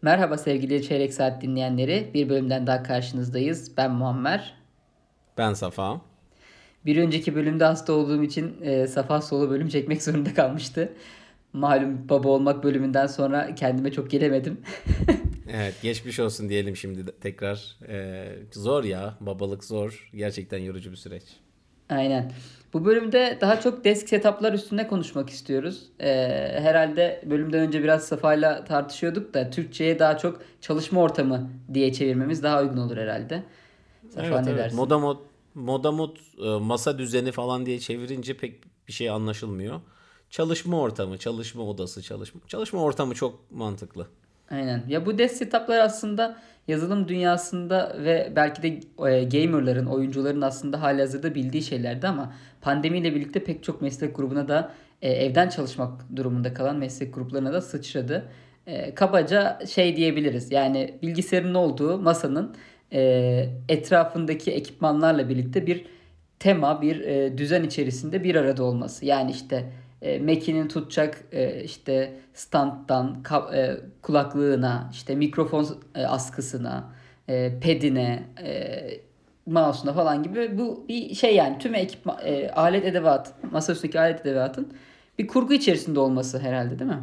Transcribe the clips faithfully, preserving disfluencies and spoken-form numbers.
Merhaba sevgili Çeyrek Saat dinleyenleri. Bir bölümden daha karşınızdayız. Ben Muammer. Ben Safa. Bir önceki bölümde hasta olduğum için e, Safa solo bölüm çekmek zorunda kalmıştı. Malum baba olmak bölümünden sonra kendime çok gelemedim. Evet, geçmiş olsun diyelim şimdi de- tekrar. Ee, zor ya, babalık zor. Gerçekten yorucu bir süreç. Aynen. Bu bölümde daha çok desk setup'lar üstünde konuşmak istiyoruz. E, herhalde bölümden önce biraz Safa'yla tartışıyorduk da Türkçe'ye daha çok çalışma ortamı diye çevirmemiz daha uygun olur herhalde. Safa Evet ne evet, dersin? moda mod, moda mod, e, masa düzeni falan diye çevirince pek bir şey anlaşılmıyor. Çalışma ortamı, çalışma odası, çalışma. Çalışma ortamı çok mantıklı. Aynen. Ya bu desk setup'lar aslında yazılım dünyasında ve belki de e, gamerların, oyuncuların aslında halihazırda bildiği şeylerdi ama pandemiyle birlikte pek çok meslek grubuna da e, evden çalışmak durumunda kalan meslek gruplarına da sıçradı. E, kabaca şey diyebiliriz. Yani bilgisayarın olduğu masanın e, etrafındaki ekipmanlarla birlikte bir tema, bir e, düzen içerisinde bir arada olması. Yani işte e, Mac'inin tutacak e, işte standtan ka- e, kulaklığına, işte mikrofon e, askısına, e, pedine, e, mouse'una falan gibi bu bir şey yani tüm ekipman, e, alet edevat, masaüstündeki alet edevatın bir kurgu içerisinde olması herhalde değil mi?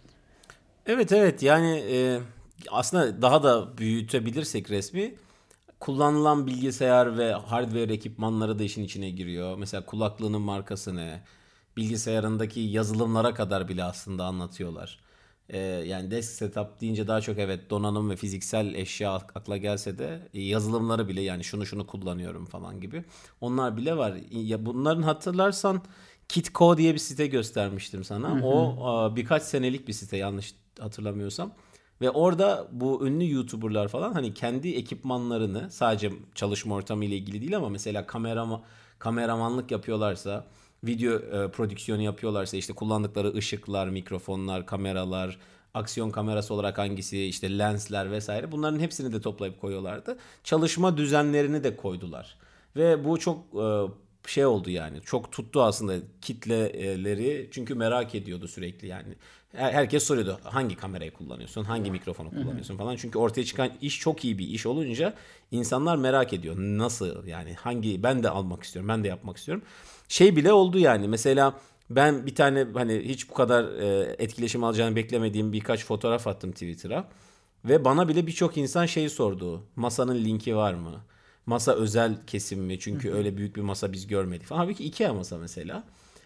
Evet evet, yani e, aslında daha da büyütebilirsek resmi, kullanılan bilgisayar ve hardware ekipmanları da işin içine giriyor. Mesela kulaklığının markası ne? Bilgisayarındaki yazılımlara kadar bile aslında anlatıyorlar. Ee, yani desk setup deyince daha çok evet donanım ve fiziksel eşya akla gelse de e, yazılımları bile, yani şunu şunu kullanıyorum falan gibi. Onlar bile var. Ya bunların hatırlarsan Kitco diye bir site göstermiştim Hı sana. hı. O a, birkaç senelik bir site, yanlış hatırlamıyorsam. Ve orada bu ünlü YouTuber'lar falan hani kendi ekipmanlarını, sadece çalışma ortamı ile ilgili değil ama mesela kamerama, kameramanlık yapıyorlarsa, video e, prodüksiyonu yapıyorlarsa, işte kullandıkları ışıklar, mikrofonlar, kameralar, aksiyon kamerası olarak hangisi, işte lensler vesaire, bunların hepsini de toplayıp koyuyorlardı. Çalışma düzenlerini de koydular. Ve bu çok e, şey oldu yani. Çok tuttu aslında kitleleri. Çünkü merak ediyordu sürekli yani. Herkes soruyordu, hangi kamerayı kullanıyorsun, hangi mikrofonu Hı hı. kullanıyorsun falan. Çünkü ortaya çıkan iş çok iyi bir iş olunca insanlar merak ediyor. Nasıl yani, hangi, ben de almak istiyorum, ben de yapmak istiyorum. Şey bile oldu yani, mesela ben bir tane hani hiç bu kadar e, etkileşim alacağını beklemediğim birkaç fotoğraf attım Twitter'a. Ve bana bile birçok insan şeyi sordu. Masanın linki var mı? Masa özel kesim mi? Hı Çünkü hı. öyle büyük bir masa biz görmedik falan. Halbuki IKEA masa mesela.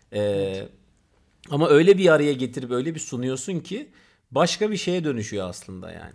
Ee, Evet. ama öyle bir araya getirip öyle bir sunuyorsun ki başka bir şeye dönüşüyor aslında yani.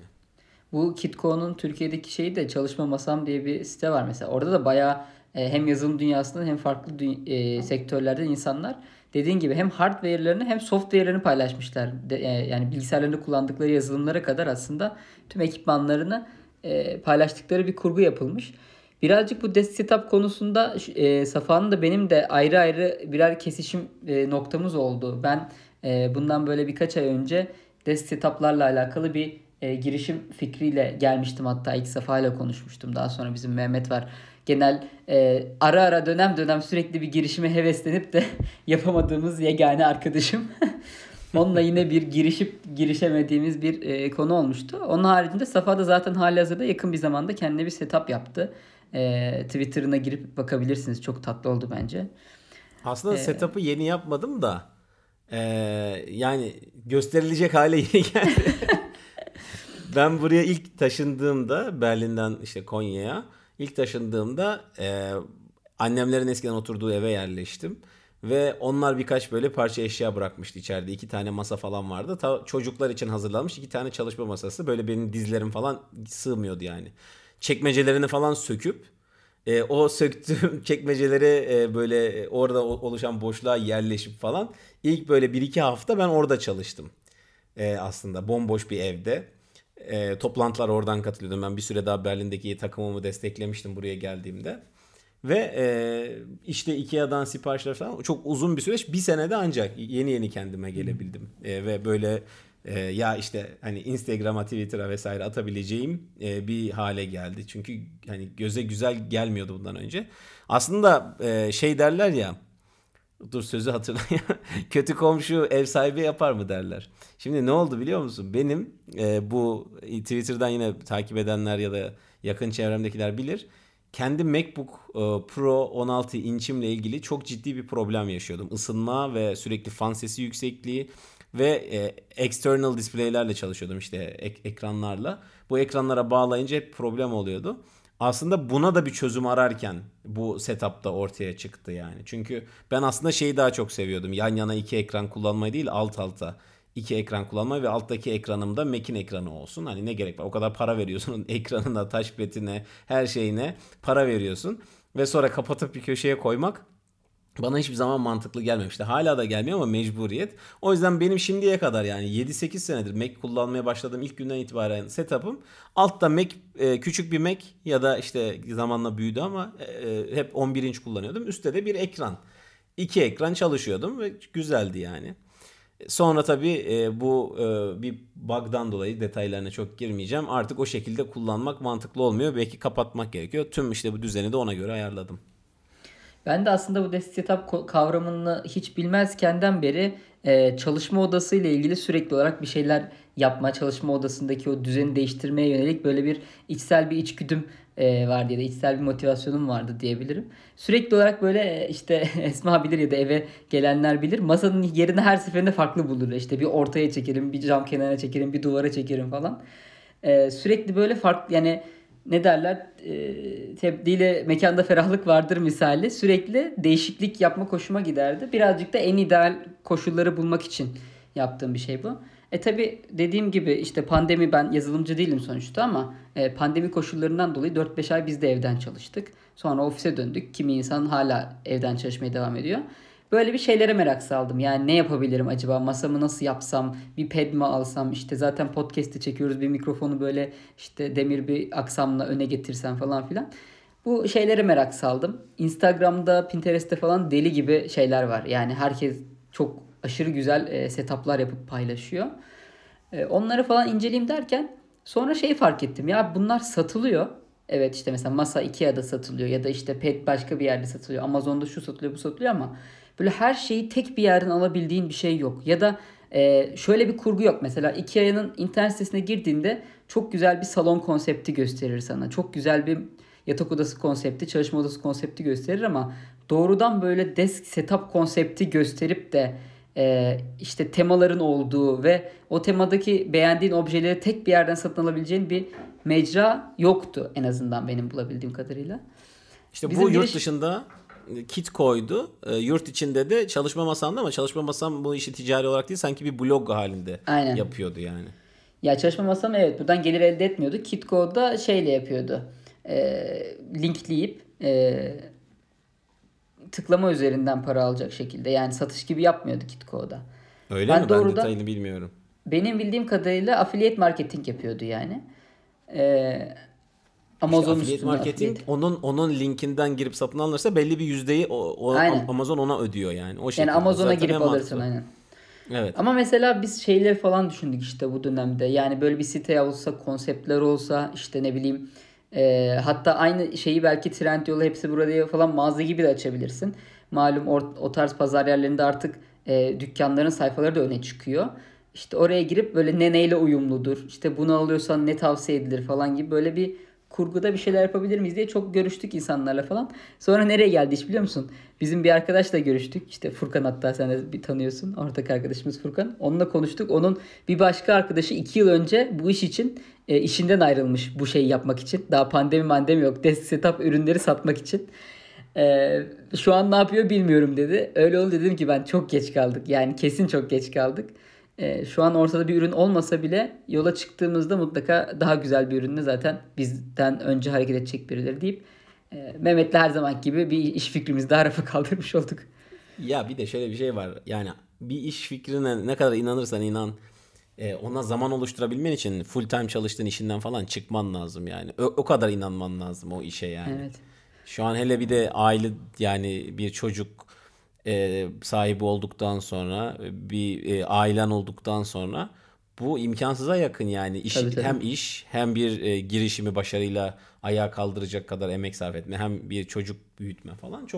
Bu Kitco'nun Türkiye'deki şeyi de Çalışma Masam diye bir site var mesela. Orada da bayağı e, hem yazılım dünyasından hem farklı dü- e, sektörlerden insanlar dediğin gibi hem hardware'lerini hem software'lerini paylaşmışlar. De- e, yani bilgisayarlarında kullandıkları yazılımlara kadar aslında tüm ekipmanlarını e, paylaştıkları bir kurgu yapılmış. Birazcık bu desk setup konusunda e, Safa'nın da benim de ayrı ayrı birer kesişim e, noktamız oldu. Ben e, bundan böyle birkaç ay önce desk setup'larla alakalı bir e, girişim fikriyle gelmiştim, hatta ilk Safa ile konuşmuştum. Daha sonra bizim Mehmet var. Genel e, ara ara dönem dönem sürekli bir girişime heveslenip de yapamadığımız yegane arkadaşım. Onunla yine bir girişip girişemediğimiz bir e, konu olmuştu. Onun haricinde Safa da zaten halihazırda yakın bir zamanda kendine bir setup yaptı. E, Twitter'ına girip bakabilirsiniz. Çok tatlı oldu bence. Aslında E, setup'ı yeni yapmadım da ee, yani gösterilecek hale yeni geldi. Ben buraya ilk taşındığımda, Berlin'den işte Konya'ya ilk taşındığımda e, annemlerin eskiden oturduğu eve yerleştim. Ve onlar birkaç böyle parça eşya bırakmıştı içeride. İki tane masa falan vardı. Ta, çocuklar için hazırlanmış iki tane çalışma masası. Böyle benim dizlerim falan sığmıyordu yani. Çekmecelerini falan söküp e, o söktüğüm çekmeceleri e, böyle e, orada oluşan boşluğa yerleşip falan ilk böyle bir iki hafta ben orada çalıştım. E, aslında bomboş bir evde. E, toplantılar oradan katılıyordum. Ben bir süre daha Berlin'deki takımımı desteklemiştim buraya geldiğimde. Ve e, işte IKEA'dan siparişler falan, çok uzun bir süreç. Bir senede ancak yeni yeni kendime gelebildim. E, ve böyle e, ya işte hani Instagram'a, Twitter'a vesaire atabileceğim e, bir hale geldi. Çünkü hani göze güzel gelmiyordu bundan önce. Aslında e, şey derler ya, Dur sözü hatırlayayım. Kötü komşu ev sahibi yapar mı derler. Şimdi ne oldu biliyor musun? Benim e, bu Twitter'dan yine takip edenler ya da yakın çevremdekiler bilir. Kendi MacBook e, Pro on altı inçimle ilgili çok ciddi bir problem yaşıyordum. Isınma ve sürekli fan sesi yüksekliği ve e, external display'lerle çalışıyordum, işte ek- ekranlarla. Bu ekranlara bağlayınca hep problem oluyordu. Aslında buna da bir çözüm ararken bu setup'ta ortaya çıktı yani. Çünkü ben aslında şeyi daha çok seviyordum. Yan yana iki ekran kullanmayı değil, alt alta iki ekran kullanmayı ve alttaki ekranım da Mac'in ekranı olsun. Hani ne gerek var? O kadar para veriyorsun ekranına, touchpad'ine, her şeyine para veriyorsun. Ve sonra kapatıp bir köşeye koymak bana hiçbir zaman mantıklı gelmemişti. Hala da gelmiyor ama mecburiyet. O yüzden benim şimdiye kadar yani yedi sekiz senedir Mac kullanmaya başladığım ilk günden itibaren setup'ım altta Mac, e, küçük bir Mac ya da işte zamanla büyüdü ama e, hep on bir inç kullanıyordum. Üstte de bir ekran. İki ekran çalışıyordum ve güzeldi yani. Sonra tabii e, bu e, bir bug'dan dolayı detaylarına çok girmeyeceğim. Artık o şekilde kullanmak mantıklı olmuyor. Belki kapatmak gerekiyor. Tüm işte bu düzeni de ona göre ayarladım. Ben de aslında bu desk setup ko- kavramını hiç bilmezkenden beri e, çalışma odası ile ilgili sürekli olarak bir şeyler yapma, çalışma odasındaki o düzeni değiştirmeye yönelik böyle bir içsel bir içgüdüm e, vardı ya da içsel bir motivasyonum vardı diyebilirim. Sürekli olarak böyle e, işte Esma bilir ya da eve gelenler bilir, masanın yerini her seferinde farklı bulur. İşte bir ortaya çekerim, bir cam kenarına çekerim, bir duvara çekerim falan. Ee, sürekli böyle farklı yani ne derler, e, tebdile mekanda ferahlık vardır misali, sürekli değişiklik yapma hoşuma giderdi. Birazcık da en ideal koşulları bulmak için yaptığım bir şey bu. E tabi dediğim gibi işte pandemi, ben yazılımcı değilim sonuçta ama e, pandemi koşullarından dolayı dört beş ay biz de evden çalıştık. Sonra ofise döndük. Kimi insan hala evden çalışmaya devam ediyor. Böyle bir şeylere merak saldım. Yani ne yapabilirim acaba? Masamı nasıl yapsam? Bir pad mi alsam? İşte zaten podcast'i çekiyoruz. Bir mikrofonu böyle işte demir bir aksamla öne getirsem falan filan. Bu şeylere merak saldım. Instagram'da, Pinterest'te falan deli gibi şeyler var. Yani herkes çok aşırı güzel e, setup'lar yapıp paylaşıyor. E, onları falan inceleyeyim derken sonra şeyi fark ettim. Ya bunlar satılıyor. Evet, işte mesela masa Ikea'da satılıyor ya da işte pet başka bir yerde satılıyor. Amazon'da şu satılıyor, bu satılıyor ama böyle her şeyi tek bir yerden alabildiğin bir şey yok. Ya da e, şöyle bir kurgu yok. Mesela Ikea'nın internet sitesine girdiğinde çok güzel bir salon konsepti gösterir sana. Çok güzel bir yatak odası konsepti, çalışma odası konsepti gösterir ama doğrudan böyle desk setup konsepti gösterip de e, işte temaların olduğu ve o temadaki beğendiğin objeleri tek bir yerden satın alabileceğin bir mecra yoktu, en azından benim bulabildiğim kadarıyla. İşte Bizim bu yurt giriş dışında kit koydu. E, yurt içinde de çalışma masamda, ama çalışma masam bu işi ticari olarak değil, sanki bir blog halinde aynen. yapıyordu yani. Ya çalışma masam evet buradan gelir elde etmiyordu. KitKo'da şeyle yapıyordu. E, linkleyip e, tıklama üzerinden para alacak şekilde. Yani satış gibi yapmıyordu KitKo'da. Öyle Ben mi? Ben doğrudan detayını bilmiyorum. benim bildiğim kadarıyla affiliate marketing yapıyordu yani. Ee, İşte Amazon affiliate üstünden marketing, affiliate. onun onun linkinden girip satın alırsa belli bir yüzdeyi o, o Aynen. Amazon ona ödüyor yani. O Yani şekilde. Amazon'a Zaten en girip alırsın mantıklı. aynen. Evet. Ama mesela biz şeyleri falan düşündük işte bu dönemde. Yani böyle bir site olsa, konseptler olsa, işte ne bileyim. E, hatta aynı şeyi belki Trendyol'u, hepsi burada falan mağaza gibi de açabilirsin. Malum o, o tarz pazar yerlerinde artık e, dükkanların sayfaları da öne çıkıyor. İşte oraya girip böyle ne neyle uyumludur, İşte bunu alıyorsan ne tavsiye edilir falan gibi böyle bir kurguda bir şeyler yapabilir miyiz diye çok görüştük insanlarla falan. Sonra nereye geldi hiç biliyor musun? Bizim bir arkadaşla görüştük. İşte Furkan, hatta sen de bir tanıyorsun. Ortak arkadaşımız Furkan. Onunla konuştuk. Onun bir başka arkadaşı iki yıl önce bu iş için e, işinden ayrılmış, bu şeyi yapmak için. Daha pandemi mandemi yok. Desk setup ürünleri satmak için. E, şu an ne yapıyor bilmiyorum dedi. Öyle oldu, dedim ki ben çok geç kaldık. Yani kesin çok geç kaldık. E, şu an ortada bir ürün olmasa bile yola çıktığımızda mutlaka daha güzel bir ürünle zaten bizden önce hareket edecek birileri deyip e, Mehmet'le her zaman gibi bir iş fikrimizi daha rafa kaldırmış olduk. Ya bir de şöyle bir şey var. Yani bir iş fikrine ne kadar inanırsan inan, e, ona zaman oluşturabilmen için full time çalıştığın işinden falan çıkman lazım yani. O, o kadar inanman lazım o işe yani. Evet. Şu an hele bir de aile, yani bir çocuk e, sahibi olduktan sonra, bir e, ailen olduktan sonra bu imkansıza yakın yani. İş, Tabii tabii. hem iş hem bir e, girişimi başarıyla ayağa kaldıracak kadar emek sarf etme, hem bir çocuk büyütme falan çok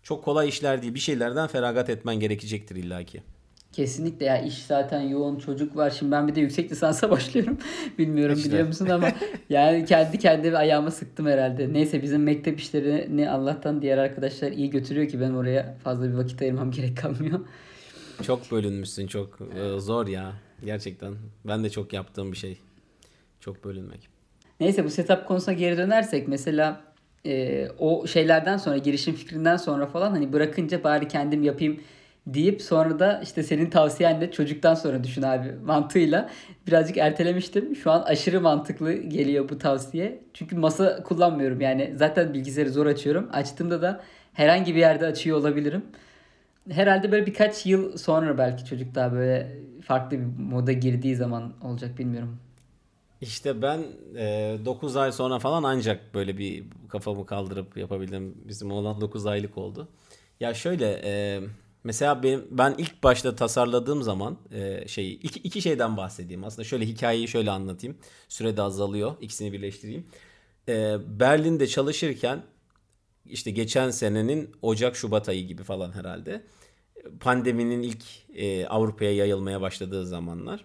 çok kolay işler değil. Bir şeylerden feragat etmen gerekecektir illaki. Kesinlikle ya, iş zaten yoğun, çocuk var. Şimdi ben bir de yüksek lisansa başlıyorum. Bilmiyorum biliyor İşte. musun ama yani kendi kendime ayağıma sıktım herhalde. Neyse, bizim mektep işlerini Allah'tan diğer arkadaşlar iyi götürüyor ki benim oraya fazla bir vakit ayırmam gerek kalmıyor. Çok bölünmüşsün, çok e, zor ya gerçekten. Ben de çok yaptığım bir şey. Çok bölünmek. Neyse, bu setup konusuna geri dönersek mesela e, o şeylerden sonra, girişim fikrinden sonra falan, hani bırakınca bari kendim yapayım deyip sonra da işte senin tavsiyenle çocuktan sonra düşün abi mantığıyla birazcık ertelemiştim. Şu an aşırı mantıklı geliyor bu tavsiye. Çünkü masa kullanmıyorum yani, zaten bilgisayarı zor açıyorum. Açtığımda da herhangi bir yerde açıyor olabilirim. Herhalde böyle birkaç yıl sonra belki çocuk daha böyle farklı bir moda girdiği zaman olacak, bilmiyorum. İşte ben e, dokuz ay sonra falan ancak böyle bir kafamı kaldırıp yapabildim. Bizim oğlan dokuz aylık oldu. Ya şöyle e, mesela benim, ben ilk başta tasarladığım zaman e, şey iki, iki şeyden bahsedeyim. Aslında şöyle hikayeyi şöyle anlatayım. Sürede azalıyor. İkisini birleştireyim. E, Berlin'de çalışırken işte geçen senenin Ocak Şubat ayı gibi falan herhalde. Pandeminin ilk e, Avrupa'ya yayılmaya başladığı zamanlar.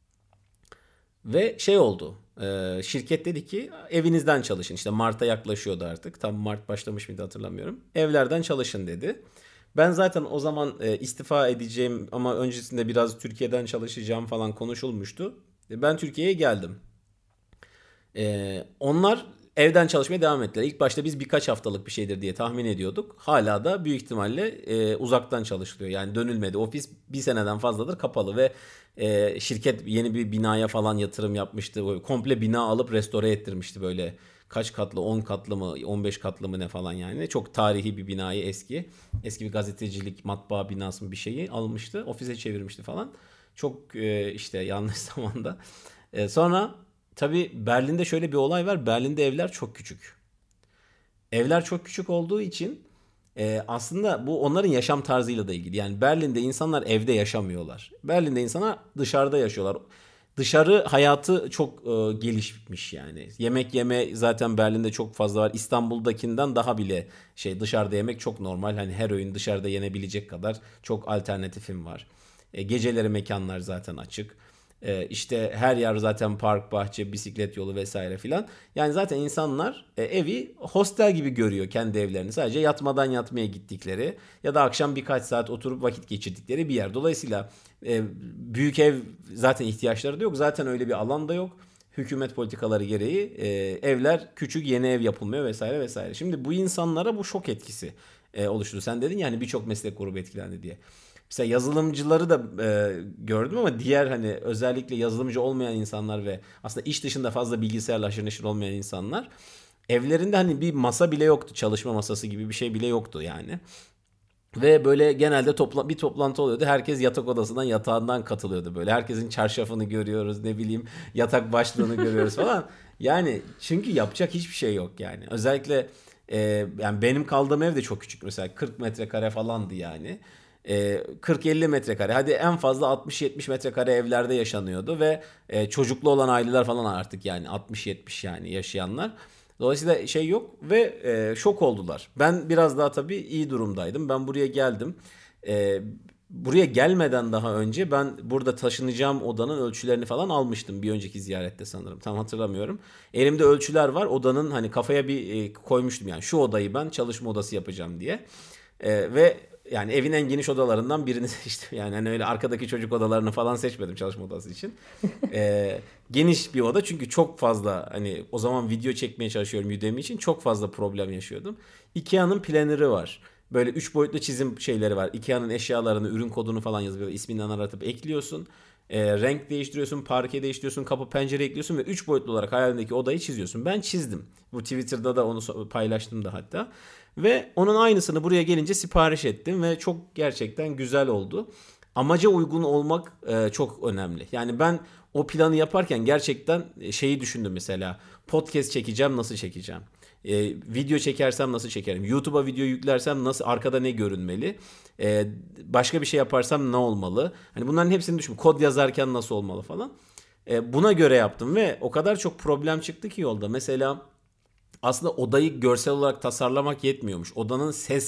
Ve şey oldu. E, şirket dedi ki evinizden çalışın. İşte Mart'a yaklaşıyordu artık. Tam Mart başlamış mıydı hatırlamıyorum. Evlerden çalışın dedi. Ben zaten o zaman e, istifa edeceğim ama öncesinde biraz Türkiye'den çalışacağım falan konuşulmuştu. E, Ben Türkiye'ye geldim. Ee, onlar evden çalışmaya devam ettiler. İlk başta biz birkaç haftalık bir şeydir diye tahmin ediyorduk. Hala da büyük ihtimalle e, uzaktan çalışılıyor. Yani dönülmedi. Ofis bir seneden fazladır kapalı ve e, şirket yeni bir binaya falan yatırım yapmıştı. Böyle komple bina alıp restore ettirmişti böyle. Kaç katlı, on katlı mı, on beş katlı mı ne falan yani. Çok tarihi bir binayı, eski. Eski bir gazetecilik, matbaa binası mı bir şeyi almıştı. Ofise çevirmişti falan. Çok e, işte yanlış zamanda. E, sonra tabii Berlin'de şöyle bir olay var. Berlin'de evler çok küçük. Evler çok küçük olduğu için e, aslında bu onların yaşam tarzıyla da ilgili. Yani Berlin'de insanlar evde yaşamıyorlar. Berlin'de insanlar dışarıda yaşıyorlar. Dışarı hayatı çok e, gelişmiş yani. Yemek yeme zaten Berlin'de çok fazla var. İstanbul'dakinden daha bile şey, dışarıda yemek çok normal. Hani her öğün dışarıda yenebilecek kadar çok alternatifim var. E, geceleri mekanlar zaten açık. E, işte her yer zaten park, bahçe, bisiklet yolu vesaire filan. Yani zaten insanlar e, evi hostel gibi görüyor kendi evlerini. Sadece yatmadan yatmaya gittikleri ya da akşam birkaç saat oturup vakit geçirdikleri bir yer. Dolayısıyla e, büyük ev zaten ihtiyaçları da yok. Zaten öyle bir alan da yok. Hükümet politikaları gereği e, evler küçük, yeni ev yapılmıyor vesaire vesaire. Şimdi bu insanlara bu şok etkisi e, oluştu. Sen dedin yani birçok meslek grubu etkilendi diye. Mesela yazılımcıları da e, gördüm ama diğer hani özellikle yazılımcı olmayan insanlar ve aslında iş dışında fazla bilgisayarla haşır neşir olmayan insanlar evlerinde hani bir masa bile yoktu. Çalışma masası gibi bir şey bile yoktu yani. Ve böyle genelde topla, bir toplantı oluyordu. Herkes yatak odasından, yatağından katılıyordu böyle. Herkesin çarşafını görüyoruz, ne bileyim yatak başlığını görüyoruz falan. Yani çünkü yapacak hiçbir şey yok yani. Özellikle e, yani benim kaldığım ev de çok küçük mesela, kırk metrekare falandı yani. E, kırk elli metrekare, hadi en fazla altmış yetmiş metrekare evlerde yaşanıyordu ve e, çocuklu olan aileler falan artık yani altmış yetmiş yani yaşayanlar. Dolayısıyla şey yok ve e, şok oldular. Ben biraz daha tabii iyi durumdaydım. Ben buraya geldim. E, Buraya gelmeden daha önce ben burada taşınacağım odanın ölçülerini falan almıştım. Bir önceki ziyarette sanırım. Tam hatırlamıyorum. Elimde ölçüler var. Odanın hani kafaya bir e, koymuştum yani şu odayı ben çalışma odası yapacağım diye. E, ve yani evin en geniş odalarından birini seçtim. Yani hani öyle arkadaki çocuk odalarını falan seçmedim çalışma odası için. Ee, Geniş bir oda çünkü çok fazla hani o zaman video çekmeye çalışıyorum Udemy için, çok fazla problem yaşıyordum. IKEA'nın planörü var. Böyle üç boyutlu çizim şeyleri var. IKEA'nın eşyalarını, ürün kodunu falan yazıp isminden aratıp ekliyorsun. Ee, renk değiştiriyorsun, parke değiştiriyorsun, kapı pencere ekliyorsun ve üç boyutlu olarak hayalindeki odayı çiziyorsun. Ben çizdim. Bu Twitter'da da onu paylaştım da hatta. Ve onun aynısını buraya gelince sipariş ettim ve çok gerçekten güzel oldu. Amaca uygun olmak e, çok önemli. Yani ben o planı yaparken gerçekten şeyi düşündüm mesela. Podcast çekeceğim, nasıl çekeceğim? E, video çekersem nasıl çekerim? YouTube'a video yüklersem nasıl, arkada ne görünmeli? E, başka bir şey yaparsam ne olmalı? Hani bunların hepsini düşün. Kod yazarken nasıl olmalı falan. E, buna göre yaptım ve o kadar çok problem çıktı ki yolda. Mesela aslında odayı görsel olarak tasarlamak yetmiyormuş. Odanın ses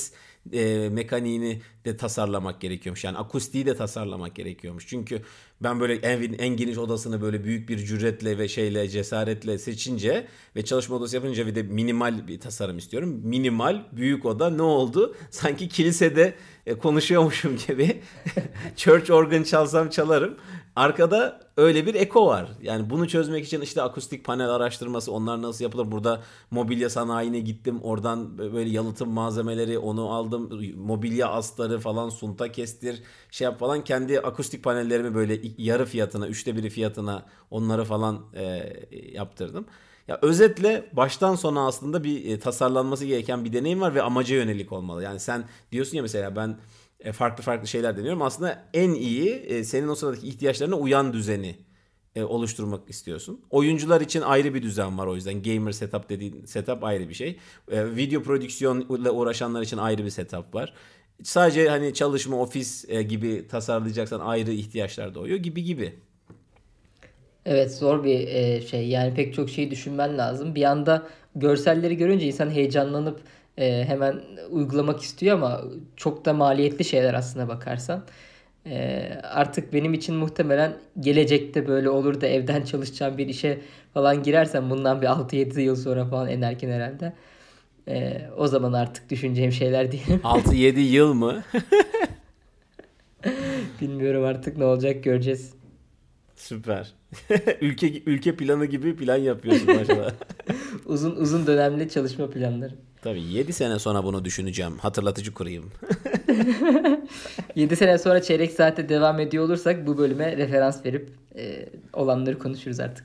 e, mekaniğini de tasarlamak gerekiyormuş. Yani akustiği de tasarlamak gerekiyormuş. Çünkü ben böyle evin en geniş odasını böyle büyük bir cüretle ve şeyle cesaretle seçince ve çalışma odası yapınca bir de minimal bir tasarım istiyorum. Minimal büyük oda ne oldu? Sanki kilisede e, konuşuyormuşum gibi. Church organ çalsam çalarım. Arkada öyle bir eko var. Yani bunu çözmek için işte akustik panel araştırması, onlar nasıl yapılır? Burada mobilya sanayine gittim. Oradan böyle yalıtım malzemeleri onu aldım. Mobilya astarı falan, sunta kestir, şey yap falan. Kendi akustik panellerimi böyle yarı fiyatına, üçte biri fiyatına onları falan e, yaptırdım. Ya özetle baştan sona aslında bir e, tasarlanması gereken bir deneyim var ve amaca yönelik olmalı. Yani sen diyorsun ya mesela ben e, farklı farklı şeyler deniyorum. Aslında en iyi e, senin o sıradaki ihtiyaçlarına uyan düzeni e, oluşturmak istiyorsun. Oyuncular için ayrı bir düzen var o yüzden. Gamer setup dediğin setup ayrı bir şey. E, video prodüksiyonla uğraşanlar için ayrı bir setup var. Sadece hani çalışma, ofis e, gibi tasarlayacaksan ayrı ihtiyaçlar doğuyor gibi gibi. Evet, zor bir e, şey. Yani pek çok şeyi düşünmen lazım. Bir anda görselleri görünce insan heyecanlanıp e, hemen uygulamak istiyor ama çok da maliyetli şeyler aslına bakarsan. E, artık benim için muhtemelen gelecekte böyle olur da evden çalışacağım bir işe falan girersem bundan bir altı yedi yıl sonra falan en erken herhalde. E, o zaman artık düşüneceğim şeyler diyelim. altı yedi yıl mı? Bilmiyorum artık ne olacak, göreceğiz. Süper. Ülke ülke planı gibi plan yapıyorsun maşallah. Uzun uzun dönemli çalışma planları. Tabii yedi sene sonra bunu düşüneceğim. Hatırlatıcı kurayım. yedi sene sonra çeyrek saatte devam ediyor olursak bu bölüme referans verip e, olanları konuşuruz artık.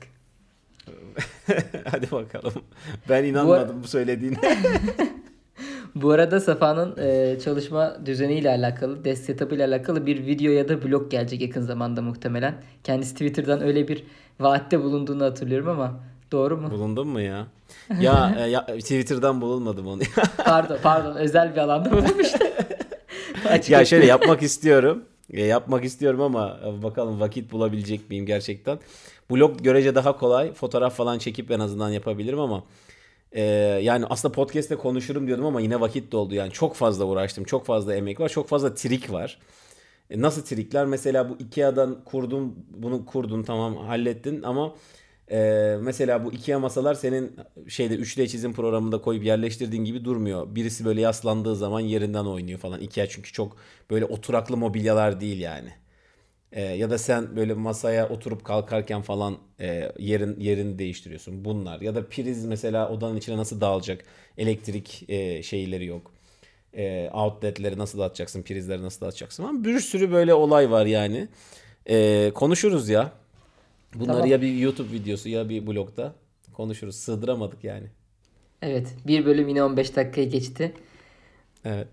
Hadi bakalım. Ben Bu, inanmadım bu söylediğine. bu arada Safa'nın e, çalışma düzeniyle alakalı, desk setup'ı ile alakalı bir video ya da blog gelecek yakın zamanda muhtemelen. Kendisi Twitter'dan öyle bir vaatte bulunduğunu hatırlıyorum ama doğru mu? Bulundun mu ya? Ya, e, ya Twitter'dan bulunmadım onu. Pardon, pardon, özel bir alanda bulunmuştu. Ya şöyle yapmak istiyorum. E, yapmak istiyorum ama e, bakalım vakit bulabilecek miyim gerçekten. Blog görece daha kolay. Fotoğraf falan çekip en azından yapabilirim ama e, yani aslında podcast'te konuşurum diyordum ama yine vakit doldu. Yani çok fazla uğraştım. Çok fazla emek var. Çok fazla trik var. E, nasıl trikler? Mesela bu IKEA'dan kurdum. Bunu kurdun, tamam, hallettin ama e, mesela bu IKEA masalar senin şeyde üç D çizim programında koyup yerleştirdiğin gibi durmuyor. Birisi böyle yaslandığı zaman yerinden oynuyor falan. IKEA çünkü çok böyle oturaklı mobilyalar değil yani. E, ya da sen böyle masaya oturup kalkarken falan e, yerin yerini değiştiriyorsun. Bunlar ya da priz mesela odanın içine nasıl dağılacak? Elektrik e, şeyleri yok. E, outletleri nasıl dağıtacaksın? Prizleri nasıl dağıtacaksın falan. Bir sürü böyle olay var yani. E, konuşuruz ya. Bunları Tamam. ya bir YouTube videosu ya bir blogda konuşuruz. Sığdıramadık yani. Evet, bir bölüm yine on beş dakikayı geçti. Evet.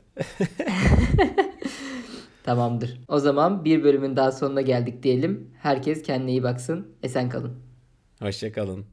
Tamamdır. O zaman bir bölümün daha sonuna geldik diyelim. Herkes kendine iyi baksın. Esen kalın. Hoşça kalın.